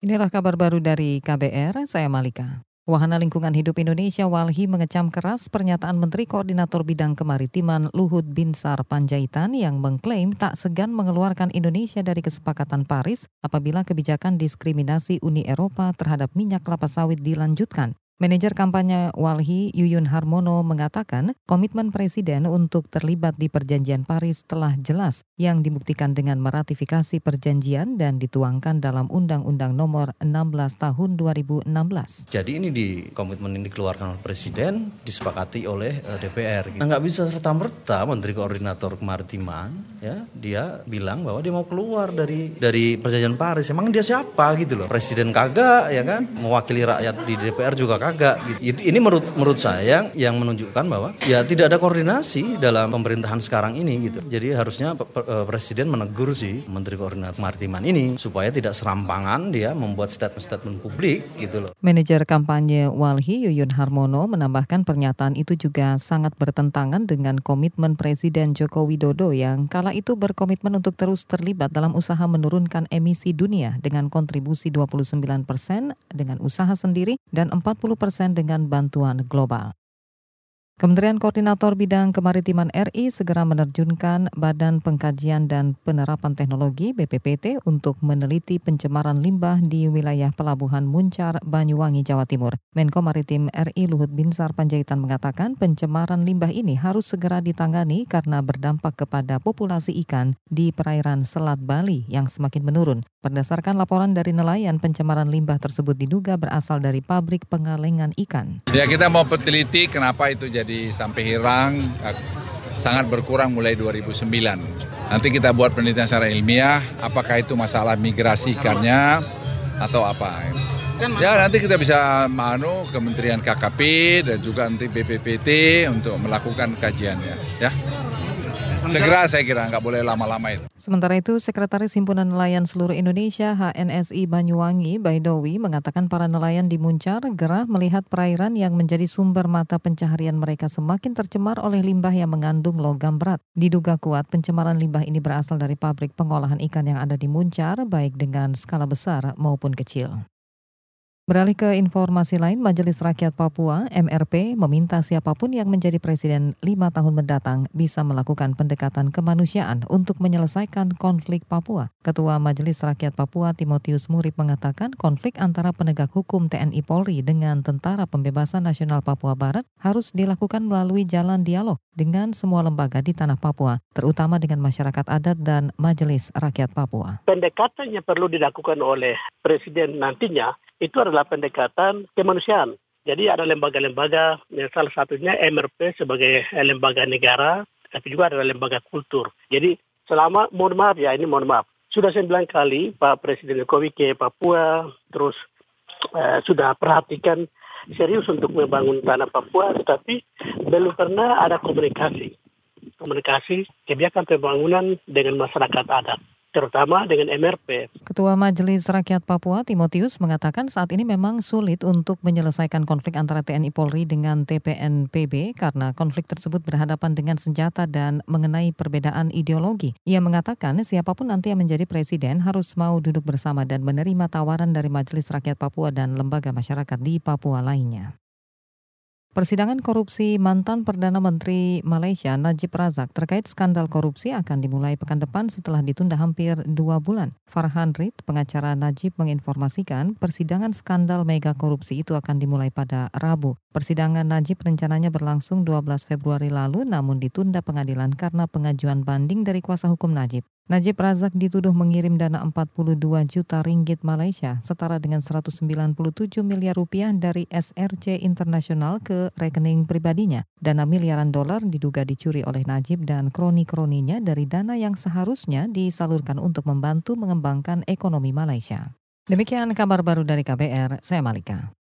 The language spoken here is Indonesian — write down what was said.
Inilah kabar baru dari KBR, saya Malika. Wahana Lingkungan Hidup Indonesia WALHI mengecam keras pernyataan Menteri Koordinator Bidang Kemaritiman Luhut Binsar Panjaitan yang mengklaim tak segan mengeluarkan Indonesia dari kesepakatan Paris apabila kebijakan diskriminasi Uni Eropa terhadap minyak kelapa sawit dilanjutkan. Manajer kampanye WALHI Yuyun Harmono mengatakan komitmen Presiden untuk terlibat di Perjanjian Paris telah jelas yang dibuktikan dengan meratifikasi perjanjian dan dituangkan dalam Undang-Undang Nomor 16 Tahun 2016. Jadi ini komitmen ini dikeluarkan oleh Presiden, disepakati oleh DPR. Nggak bisa serta-merta Menteri Koordinator Kemaritiman, ya, dia bilang bahwa dia mau keluar dari Perjanjian Paris. Emang dia siapa gitu loh? Presiden kagak, ya kan? Mewakili rakyat di DPR juga kagak gitu. Ini menurut saya yang menunjukkan bahwa ya tidak ada koordinasi dalam pemerintahan sekarang ini gitu. Jadi harusnya Presiden menegur si Menteri Koordinator Kemaritiman ini supaya tidak serampangan dia membuat statement publik gitu loh. Manajer kampanye WALHI Yuyun Harmono menambahkan pernyataan itu juga sangat bertentangan dengan komitmen Presiden Joko Widodo yang kala itu berkomitmen untuk terus terlibat dalam usaha menurunkan emisi dunia dengan kontribusi 29% dengan usaha sendiri dan 40% dengan bantuan global. Kementerian Koordinator Bidang Kemaritiman RI segera menerjunkan Badan Pengkajian dan Penerapan Teknologi BPPT untuk meneliti pencemaran limbah di wilayah Pelabuhan Muncar, Banyuwangi, Jawa Timur. Menko Maritim RI Luhut Binsar Panjaitan mengatakan pencemaran limbah ini harus segera ditangani karena berdampak kepada populasi ikan di perairan Selat Bali yang semakin menurun. Berdasarkan laporan dari nelayan, pencemaran limbah tersebut diduga berasal dari pabrik pengalengan ikan. Ya, kita mau teliti kenapa itu jadi sampai hilang, sangat berkurang mulai 2009. Nanti kita buat penelitian secara ilmiah, apakah itu masalah migrasi ikannya atau apa. Ya, nanti kita bisa Kementerian KKP dan juga nanti BPPT untuk melakukan kajiannya. Ya. Segera saya kira, nggak boleh lama-lama itu. Sementara itu, Sekretaris Himpunan Nelayan Seluruh Indonesia HNSI Banyuwangi Baidowi mengatakan para nelayan di Muncar gerah melihat perairan yang menjadi sumber mata pencaharian mereka semakin tercemar oleh limbah yang mengandung logam berat. Diduga kuat pencemaran limbah ini berasal dari pabrik pengolahan ikan yang ada di Muncar, baik dengan skala besar maupun kecil. Beralih ke informasi lain, Majelis Rakyat Papua (MRP) meminta siapapun yang menjadi presiden 5 tahun mendatang bisa melakukan pendekatan kemanusiaan untuk menyelesaikan konflik Papua. Ketua Majelis Rakyat Papua Timotius Murib mengatakan konflik antara penegak hukum TNI Polri dengan Tentara Pembebasan Nasional Papua Barat harus dilakukan melalui jalan dialog dengan semua lembaga di tanah Papua, terutama dengan masyarakat adat dan Majelis Rakyat Papua. Pendekatan yang perlu dilakukan oleh presiden nantinya itu adalah pendekatan kemanusiaan. Jadi ada lembaga-lembaga, salah satunya MRP sebagai lembaga negara, tapi juga ada lembaga kultur. Jadi mohon maaf, sudah 9 kali Pak Presiden Jokowi ke Papua, terus sudah perhatikan serius untuk membangun tanah Papua, tetapi belum pernah ada komunikasi kebijakan pembangunan dengan masyarakat adat, terutama dengan MRP. Ketua Majelis Rakyat Papua Timotius mengatakan saat ini memang sulit untuk menyelesaikan konflik antara TNI Polri dengan TPNPB karena konflik tersebut berhadapan dengan senjata dan mengenai perbedaan ideologi. Ia mengatakan siapapun nanti yang menjadi presiden harus mau duduk bersama dan menerima tawaran dari Majelis Rakyat Papua dan lembaga masyarakat di Papua lainnya. Persidangan korupsi mantan Perdana Menteri Malaysia Najib Razak terkait skandal korupsi akan dimulai pekan depan setelah ditunda hampir 2 bulan. Farhan Rid, pengacara Najib, menginformasikan persidangan skandal mega korupsi itu akan dimulai pada Rabu. Persidangan Najib rencananya berlangsung 12 Februari lalu namun ditunda pengadilan karena pengajuan banding dari kuasa hukum Najib. Najib Razak dituduh mengirim dana 42 juta ringgit Malaysia setara dengan 197 miliar rupiah dari SRC Internasional ke rekening pribadinya. Dana miliaran dolar diduga dicuri oleh Najib dan kroni-kroninya dari dana yang seharusnya disalurkan untuk membantu mengembangkan ekonomi Malaysia. Demikian kabar baru dari KBR, saya Malika.